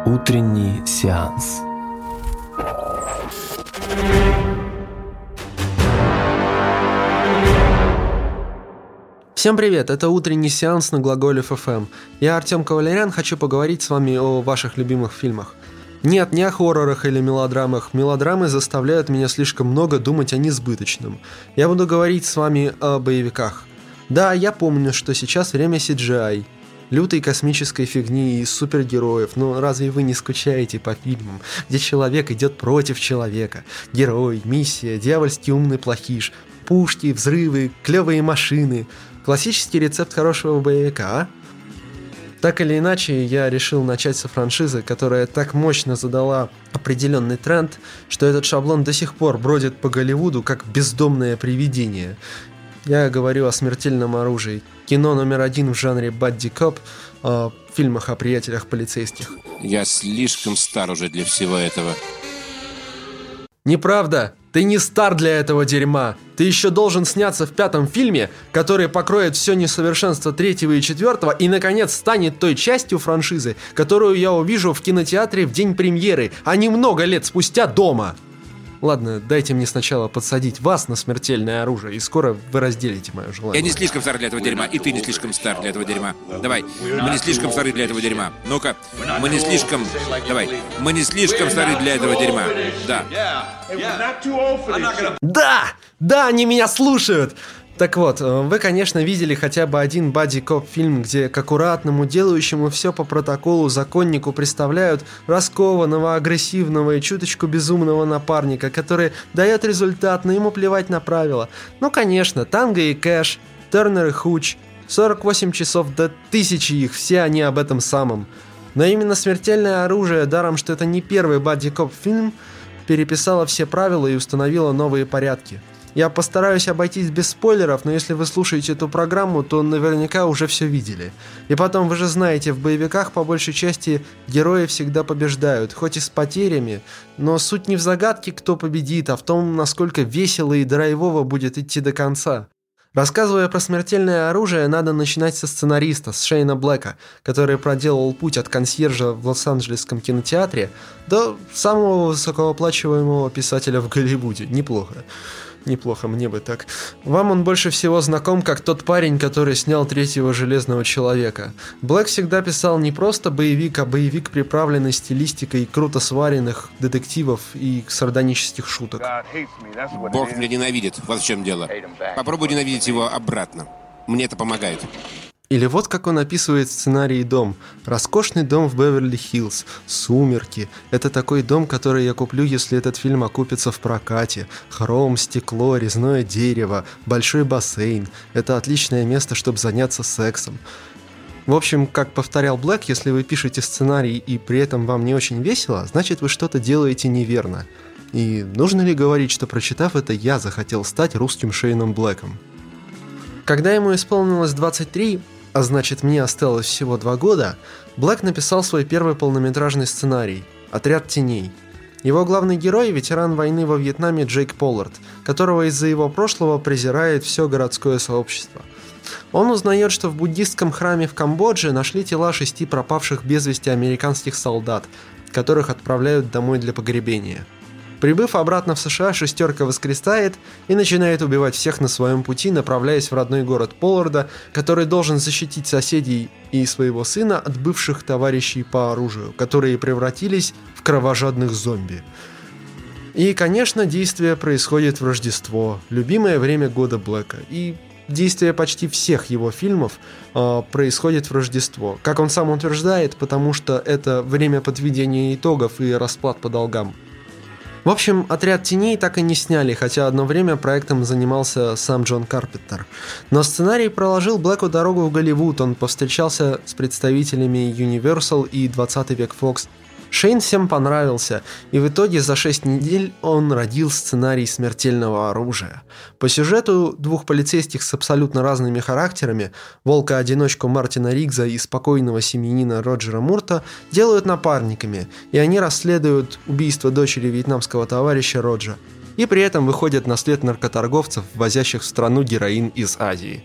Утренний сеанс. Всем привет, это утренний сеанс на Глаголев FM. Я Артем Кавалерян, хочу поговорить с вами о ваших любимых фильмах. Нет, не о хоррорах или мелодрамах. Мелодрамы заставляют меня слишком много думать о несбыточном. Я буду говорить с вами о боевиках. Да, я помню, что сейчас время CGI, лютой космической фигни и супергероев, но разве вы не скучаете по фильмам, где человек идет против человека? Герой, миссия, дьявольский умный плохиш, пушки, взрывы, клевые машины. Классический рецепт хорошего боевика, а? Так или иначе, я решил начать со франшизы, которая так мощно задала определенный тренд, что этот шаблон до сих пор бродит по Голливуду как бездомное привидение. Я говорю о «Смертельном оружии». Кино номер 1 в жанре бадди-коп, в фильмах о приятелях полицейских. Я слишком стар уже для всего этого. Неправда! Ты не стар для этого дерьма! Ты еще должен сняться в 5-м фильме, который покроет все несовершенство 3-го и 4-го и, наконец, станет той частью франшизы, которую я увижу в кинотеатре в день премьеры, а не много лет спустя дома. Ладно, дайте мне сначала подсадить вас на смертельное оружие, и скоро вы разделите мое желание. Я не слишком стар для этого дерьма, и ты не слишком стар для этого дерьма. Давай, мы не слишком стары для этого дерьма. Ну-ка, мы не слишком... Давай, мы не слишком стары для этого дерьма. Да. Да, они меня слушают! Так вот, вы, конечно, видели хотя бы один бадди-коп-фильм, где к аккуратному, делающему все по протоколу законнику представляют раскованного, агрессивного и чуточку безумного напарника, который дает результат, но ему плевать на правила. Ну, конечно, Танго и Кэш, Тернер и Хуч, 48 часов до 1000 их, все они об этом самом. Но именно «Смертельное оружие», даром что это не первый бадди-коп-фильм, переписала все правила и установила новые порядки. Я постараюсь обойтись без спойлеров, но если вы слушаете эту программу, то наверняка уже все видели. И потом, вы же знаете, в боевиках по большей части герои всегда побеждают, хоть и с потерями, но суть не в загадке, кто победит, а в том, насколько весело и драйвово будет идти до конца. Рассказывая про «Смертельное оружие», надо начинать со сценариста, с Шейна Блэка, который проделал путь от консьержа в Лос-Анджелесском кинотеатре до самого высокооплачиваемого писателя в Голливуде. Неплохо, мне бы так. Вам он больше всего знаком как тот парень, который снял «Третьего железного человека». Блэк всегда писал не просто боевик, а боевик, приправленный стилистикой круто сваренных детективов и сардонических шуток. Бог меня ненавидит, вот в чем дело. Попробуй ненавидеть его обратно. Мне это помогает. Или вот как он описывает сценарий «Дом». Роскошный дом в Беверли-Хиллз, сумерки. Это такой дом, который я куплю, если этот фильм окупится в прокате. Хром, стекло, резное дерево, большой бассейн. Это отличное место, чтобы заняться сексом. В общем, как повторял Блэк, если вы пишете сценарий и при этом вам не очень весело, значит вы что-то делаете неверно. И нужно ли говорить, что, прочитав это, я захотел стать русским Шейном Блэком? Когда ему исполнилось 23, а значит мне осталось всего 2 года, Блэк написал свой первый полнометражный сценарий «Отряд теней». Его главный герой – ветеран войны во Вьетнаме Джейк Поллард, которого из-за его прошлого презирает все городское сообщество. Он узнает, что в буддистском храме в Камбодже нашли тела 6 пропавших без вести американских солдат, которых отправляют домой для погребения. Прибыв обратно в США, шестерка воскресает и начинает убивать всех на своем пути, направляясь в родной город Полларда, который должен защитить соседей и своего сына от бывших товарищей по оружию, которые превратились в кровожадных зомби. И, конечно, действие происходит в Рождество, любимое время года Блэка, и действие почти всех его фильмов происходит в Рождество. Как он сам утверждает, потому что это время подведения итогов и расплат по долгам. В общем, «Отряд теней» так и не сняли, хотя одно время проектом занимался сам Джон Карпентер. Но сценарий проложил Блэку дорогу в Голливуд, он повстречался с представителями Universal и 20 век Fox. Шейн всем понравился, и в итоге за 6 недель он родил сценарий «Смертельного оружия». По сюжету 2 полицейских с абсолютно разными характерами, волка-одиночку Мартина Риггса и спокойного семьянина Роджера Мурта, делают напарниками, и они расследуют убийство дочери вьетнамского товарища Роджа, и при этом выходят на след наркоторговцев, возящих в страну героин из Азии.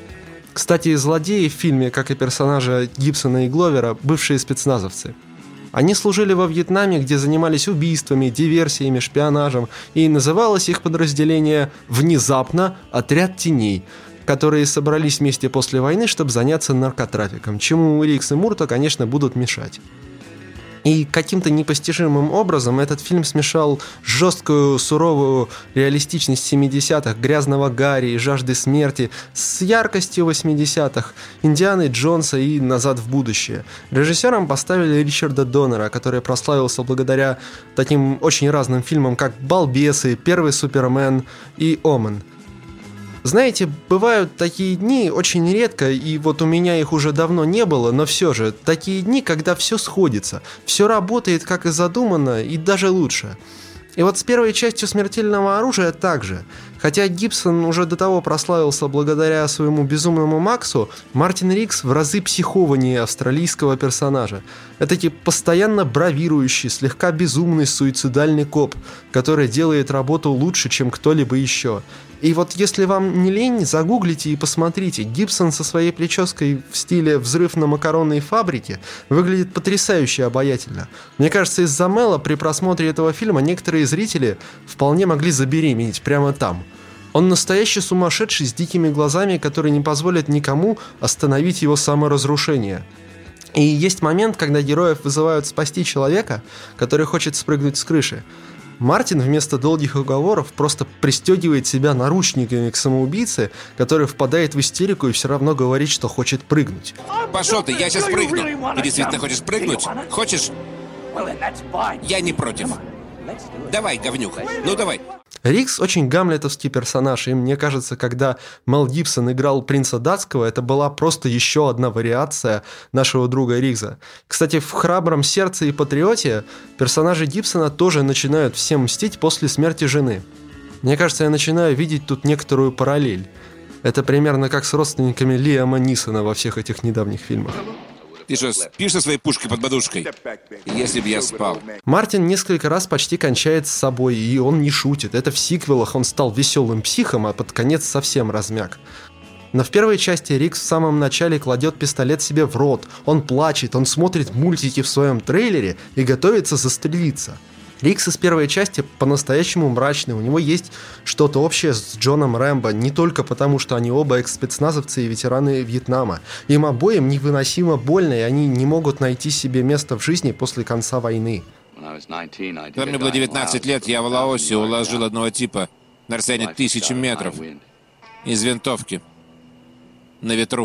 Кстати, злодеи в фильме, как и персонажи Гибсона и Гловера, бывшие спецназовцы. Они служили во Вьетнаме, где занимались убийствами, диверсиями, шпионажем, и называлось их подразделение внезапно «Отряд теней», которые собрались вместе после войны, чтобы заняться наркотрафиком, чему Рикс и Мурта, конечно, будут мешать. И каким-то непостижимым образом этот фильм смешал жесткую, суровую реалистичность 70-х, грязного Гарри и жажды смерти с яркостью 80-х, Индианы Джонса и «Назад в будущее». Режиссером поставили Ричарда Доннера, который прославился благодаря таким очень разным фильмам, как «Балбесы», «Первый Супермен» и «Омен». Знаете, бывают такие дни очень редко, и вот у меня их уже давно не было, но все же, такие дни, когда все сходится, все работает как и задумано, и даже лучше. И вот с первой частью «Смертельного оружия» также. Хотя Гибсон уже до того прославился благодаря своему безумному Максу, Мартин Рикс в разы психованнее австралийского персонажа. Этакий постоянно бравирующий, слегка безумный суицидальный коп, который делает работу лучше, чем кто-либо еще. И вот если вам не лень, загуглите и посмотрите. Гибсон со своей прической в стиле «Взрыв на макаронной фабрике» выглядит потрясающе обаятельно. Мне кажется, из-за Мэла при просмотре этого фильма некоторые зрители вполне могли забеременеть прямо там. Он настоящий сумасшедший с дикими глазами, который не позволит никому остановить его саморазрушение. И есть момент, когда героев вызывают спасти человека, который хочет спрыгнуть с крыши. Мартин вместо долгих уговоров просто пристегивает себя наручниками к самоубийце, который впадает в истерику и все равно говорит, что хочет прыгнуть. Пошел ты, я сейчас прыгну. Ты действительно хочешь прыгнуть? Хочешь? Я не против. Давай, говнюк, ну давай. Рикс очень гамлетовский персонаж, и мне кажется, когда Мел Гибсон играл принца датского, это была просто еще одна вариация нашего друга Рикса. Кстати, в «Храбром сердце» и «Патриоте» персонажи Гибсона тоже начинают всем мстить после смерти жены. Мне кажется, я начинаю видеть тут некоторую параллель. Это примерно как с родственниками Лиама Нисона во всех этих недавних фильмах. Ты что, спишь со своей пушкой под подушкой? Если б я спал. Мартин несколько раз почти кончает с собой, и он не шутит. Это в сиквелах он стал веселым психом, а под конец совсем размяк. Но в первой части Рикс в самом начале кладет пистолет себе в рот. Он плачет, он смотрит мультики в своем трейлере и готовится застрелиться. Рикс из первой части по-настоящему мрачный, у него есть что-то общее с Джоном Рэмбо, не только потому, что они оба экс-спецназовцы и ветераны Вьетнама. Им обоим невыносимо больно, и они не могут найти себе место в жизни после конца войны. Когда мне было 19 лет, я в Лаосе уложил одного типа на расстоянии 1000 метров из винтовки на ветру.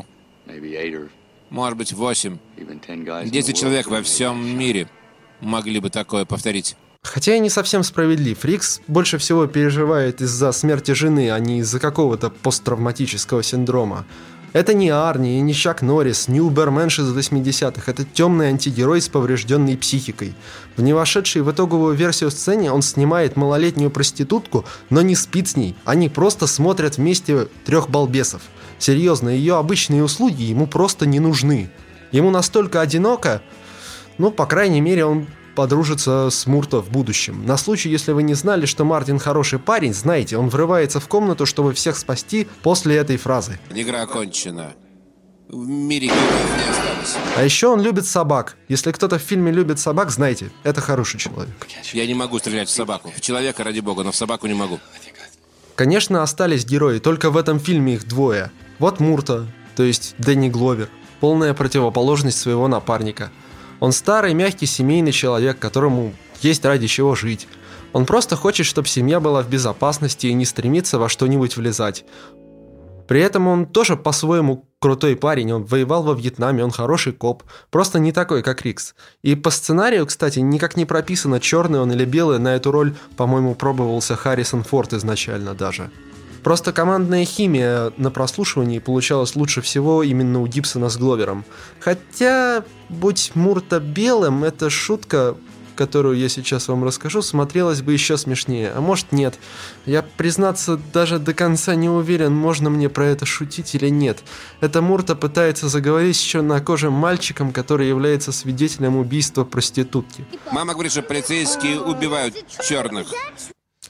Может быть, 8. 10 человек во всем мире могли бы такое повторить. Хотя и не совсем справедлив. Рикс больше всего переживает из-за смерти жены, а не из-за какого-то посттравматического синдрома. Это не Арни и не Чак Норрис, не Уберменш из 80-х. Это темный антигерой с поврежденной психикой. В не вошедшей в итоговую версию сцене он снимает малолетнюю проститутку, но не спит с ней. Они просто смотрят вместе 3 балбесов. Серьезно, ее обычные услуги ему просто не нужны. Ему настолько одиноко, по крайней мере, он подружится с Мурто в будущем. На случай, если вы не знали, что Мартин хороший парень, знаете, он врывается в комнату, чтобы всех спасти после этой фразы. Игра окончена. В мире героев не осталось. А еще он любит собак. Если кто-то в фильме любит собак, знайте, это хороший человек. Я не могу стрелять в собаку. В человека, ради бога, но в собаку не могу. Конечно, остались герои, только в этом фильме их 2. Вот Мурто, то есть Дэнни Гловер, полная противоположность своего напарника. Он старый, мягкий, семейный человек, которому есть ради чего жить. Он просто хочет, чтобы семья была в безопасности и не стремится во что-нибудь влезать. При этом он тоже по-своему крутой парень, он воевал во Вьетнаме, он хороший коп, просто не такой, как Рикс. И по сценарию, кстати, никак не прописано, черный он или белый, на эту роль, по-моему, пробовался Харрисон Форд изначально даже. Просто командная химия на прослушивании получалась лучше всего именно у Гибсона с Гловером. Хотя, будь Мурто белым, эта шутка, которую я сейчас вам расскажу, смотрелась бы еще смешнее. А может, нет. Я, признаться, даже до конца не уверен, можно мне про это шутить или нет. Это Мурто пытается заговорить с чернокожим мальчиком, который является свидетелем убийства проститутки. Мама говорит, что полицейские убивают черных.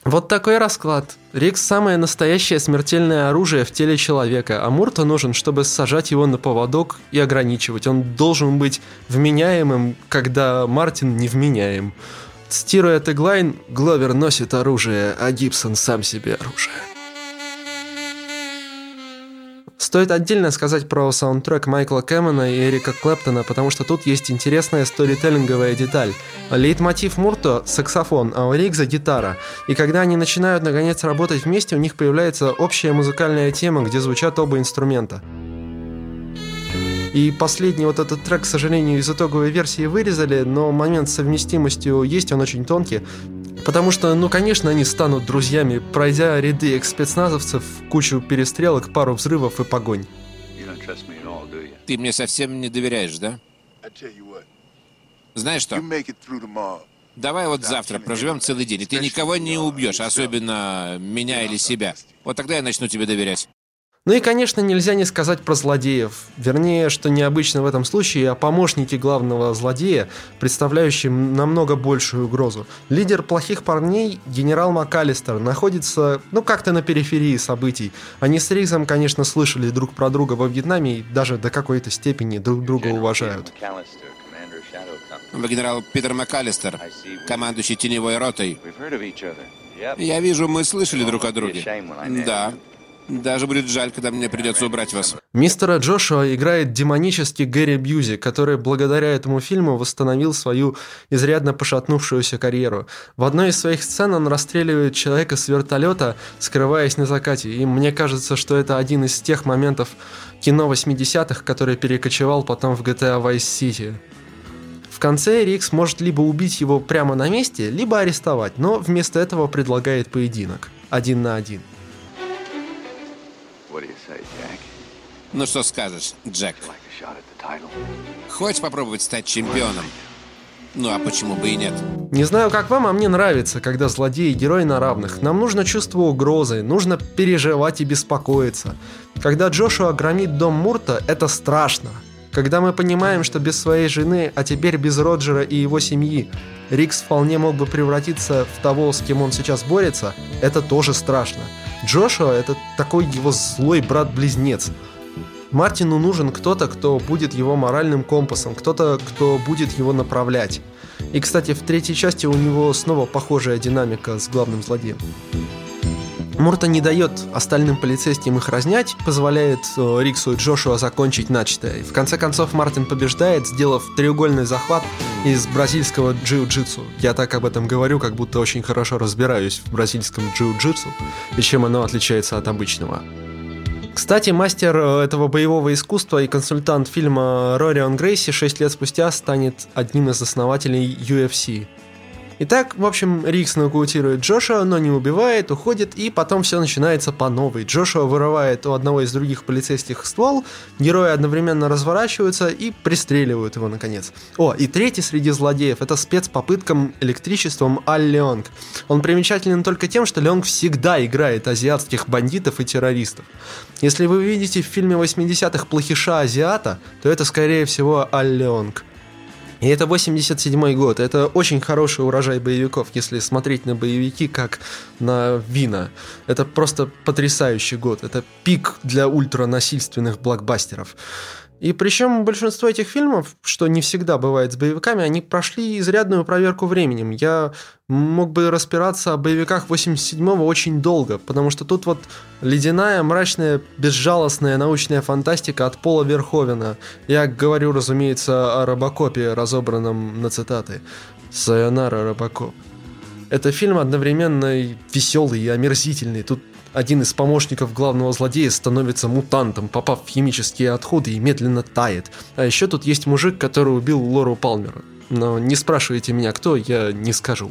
Вот такой расклад. Рикс – самое настоящее смертельное оружие в теле человека, а Мурта нужен, чтобы сажать его на поводок и ограничивать. Он должен быть вменяемым, когда Мартин невменяем. Цитируя теглайн, Гловер носит оружие, а Гибсон сам себе оружие. Стоит отдельно сказать про саундтрек Майкла Кэммона и Эрика Клэптона, потому что тут есть интересная сторителлинговая деталь. Лейтмотив Мурта – саксофон, а у Ригза – гитара. И когда они начинают наконец работать вместе, у них появляется общая музыкальная тема, где звучат оба инструмента. И последний вот этот трек, к сожалению, из итоговой версии вырезали, но момент с совместимостью есть, он очень тонкий. Потому что, конечно, они станут друзьями, пройдя ряды экс-спецназовцев, кучу перестрелок, пару взрывов и погонь. Ты мне совсем не доверяешь, да? Знаешь что? Давай вот завтра проживем целый день, и ты никого не убьешь, особенно меня или себя. Вот тогда я начну тебе доверять. Ну и, конечно, нельзя не сказать про злодеев. Вернее, что необычно в этом случае, а помощники главного злодея, представляющие намного большую угрозу. Лидер плохих парней, генерал МакАлистер, находится, как-то на периферии событий. Они с Ригзом, конечно, слышали друг про друга во Вьетнаме и даже до какой-то степени друг друга уважают. Вы генерал Питер МакАлистер, командующий теневой ротой. Я вижу, мы слышали друг о друге. Да. Даже будет жаль, когда мне придется убрать вас. Мистера Джошуа играет демонический Гэри Бьюзи, который благодаря этому фильму восстановил свою изрядно пошатнувшуюся карьеру. В одной из своих сцен он расстреливает человека с вертолета, скрываясь на закате. И мне кажется, что это один из тех моментов кино 80-х, который перекочевал потом в GTA Vice City. В конце Рикс может либо убить его прямо на месте, либо арестовать, но вместо этого предлагает поединок 1 на 1. Ну что скажешь, Джек? Хочешь попробовать стать чемпионом? Ну а почему бы и нет? Не знаю, как вам, а мне нравится, когда злодей и герой на равных. Нам нужно чувство угрозы, нужно переживать и беспокоиться. Когда Джошуа громит дом Мурта, это страшно. Когда мы понимаем, что без своей жены, а теперь без Роджера и его семьи, Рикс вполне мог бы превратиться в того, с кем он сейчас борется, это тоже страшно. Джошуа — это такой его злой брат-близнец. Мартину нужен кто-то, кто будет его моральным компасом, кто-то, кто будет его направлять. И, кстати, в третьей части у него снова похожая динамика с главным злодеем. Мурта не дает остальным полицейским их разнять, позволяет Риксу и Джошуа закончить начатое. В конце концов, Мартин побеждает, сделав треугольный захват из бразильского джиу-джитсу. Я так об этом говорю, как будто очень хорошо разбираюсь в бразильском джиу-джитсу и чем оно отличается от обычного. Кстати, мастер этого боевого искусства и консультант фильма Рорион Грейси 6 лет спустя станет одним из основателей UFC. Итак, в общем, Рикс нокаутирует Джошуа, но не убивает, уходит, и потом все начинается по новой. Джошуа вырывает у одного из других полицейских ствол, герои одновременно разворачиваются и пристреливают его наконец. И третий среди злодеев — это спец по пыткам электричеством Аль Леонг. Он примечателен только тем, что Леонг всегда играет азиатских бандитов и террористов. Если вы видите в фильме 80-х плохиша-азиата, то это, скорее всего, Аль Леонг. И это 87-й год. Это очень хороший урожай боевиков, если смотреть на боевики как на вина. Это просто потрясающий год. Это пик для ультранасильственных блокбастеров. И причем большинство этих фильмов, что не всегда бывает с боевиками, они прошли изрядную проверку временем. Я мог бы распираться о боевиках 87-го очень долго, потому что тут вот ледяная, мрачная, безжалостная научная фантастика от Пола Верховена. Я говорю, разумеется, о Робокопе, разобранном на цитаты. «Сайонара, Робокоп». Это фильм одновременно и веселый, и омерзительный. Тут один из помощников главного злодея становится мутантом, попав в химические отходы, и медленно тает. А еще тут есть мужик, который убил Лору Палмер. Но не спрашивайте меня, кто, я не скажу.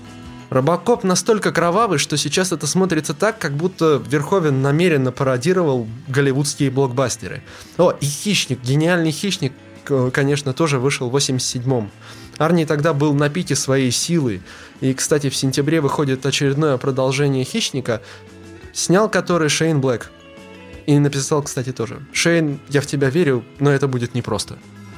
Робокоп настолько кровавый, что сейчас это смотрится так, как будто Верховен намеренно пародировал голливудские блокбастеры. И «Хищник», гениальный «Хищник», конечно, тоже вышел в 87-м. Арни тогда был на пике своей силы. И, кстати, в сентябре выходит очередное продолжение «Хищника», снял который Шейн Блэк. И написал, кстати, тоже: «Шейн, я в тебя верю, но это будет непросто».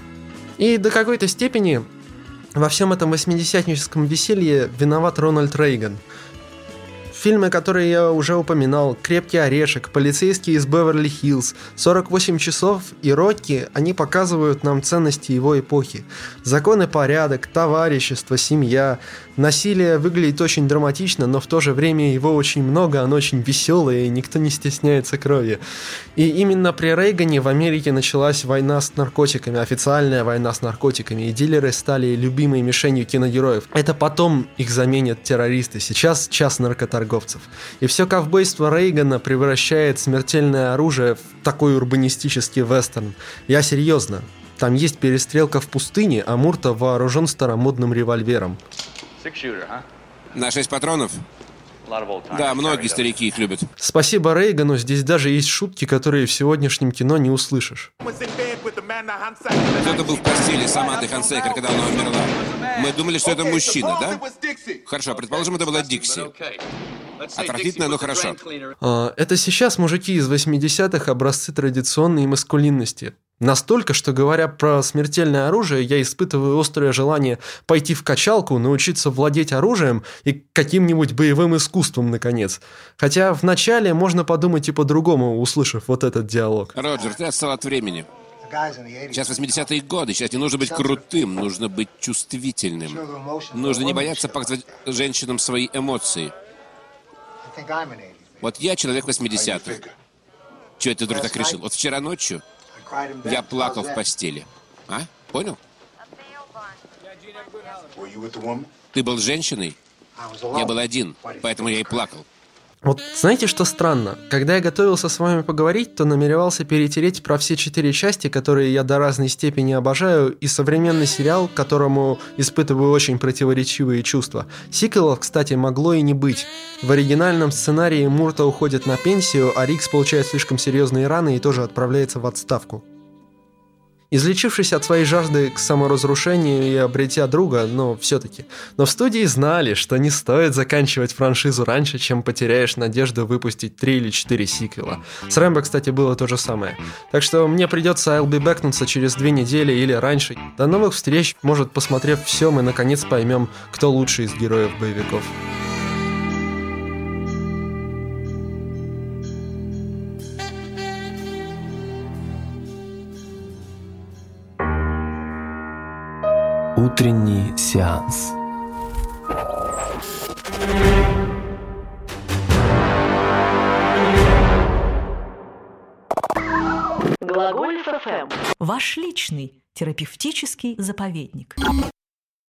И до какой-то степени во всем этом 80-ническом веселье виноват Рональд Рейган. Фильмы, которые я уже упоминал, «Крепкий орешек», «Полицейский из Беверли-Хиллз», «48 часов» и «Рокки», они показывают нам ценности его эпохи. Закон и порядок, товарищество, семья. Насилие выглядит очень драматично, но в то же время его очень много, оно очень веселое, и никто не стесняется крови. И именно при Рейгане в Америке началась война с наркотиками, официальная война с наркотиками, и дилеры стали любимой мишенью киногероев. Это потом их заменят террористы, сейчас час наркоторговцев. И все ковбойство Рейгана превращает смертельное оружие в такой урбанистический вестерн. Я серьезно. Там есть перестрелка в пустыне, а Мурта вооружен старомодным револьвером. На 6 патронов? Да, многие старики их любят. Спасибо Рейгану, здесь даже есть шутки, которые в сегодняшнем кино не услышишь. Кто-то был в постели с Амандой Хансейкер, когда она умерла. Мы думали, что это мужчина, да? Хорошо, предположим, это была Дикси. Отвратительно, но хорошо. Это сейчас мужики из 80-х образцы традиционной маскулинности. Настолько, что, говоря про смертельное оружие, я испытываю острое желание пойти в качалку, научиться владеть оружием и каким-нибудь боевым искусством, наконец. Хотя вначале можно подумать и по-другому, услышав вот этот диалог. Роджер, ты отстал от времени. Сейчас 80-е годы, сейчас не нужно быть крутым, нужно быть чувствительным. Нужно не бояться показывать женщинам свои эмоции. Вот я человек 80-х. Чего ты вдруг так решил? Вот вчера ночью я плакал в постели. А? Понял? Ты был женщиной? Я был один, поэтому я и плакал. Вот знаете, что странно? Когда я готовился с вами поговорить, то намеревался перетереть про все 4 части, которые я до разной степени обожаю, и современный сериал, к которому испытываю очень противоречивые чувства. Сиквелов, кстати, могло и не быть. В оригинальном сценарии Мурта уходит на пенсию, а Рикс получает слишком серьезные раны и тоже отправляется в отставку. Излечившись от своей жажды к саморазрушению и обретя друга, но все-таки. Но в студии знали, что не стоит заканчивать франшизу раньше, чем потеряешь надежду выпустить 3 или 4 сиквела. С Рэмбо, кстати, было то же самое. Так что мне придется I'll be backнуться через 2 недели или раньше. До новых встреч, может, посмотрев все, мы наконец поймем, кто лучший из героев боевиков. Утренний сеанс. Глаголев ФМ. Ваш личный терапевтический заповедник.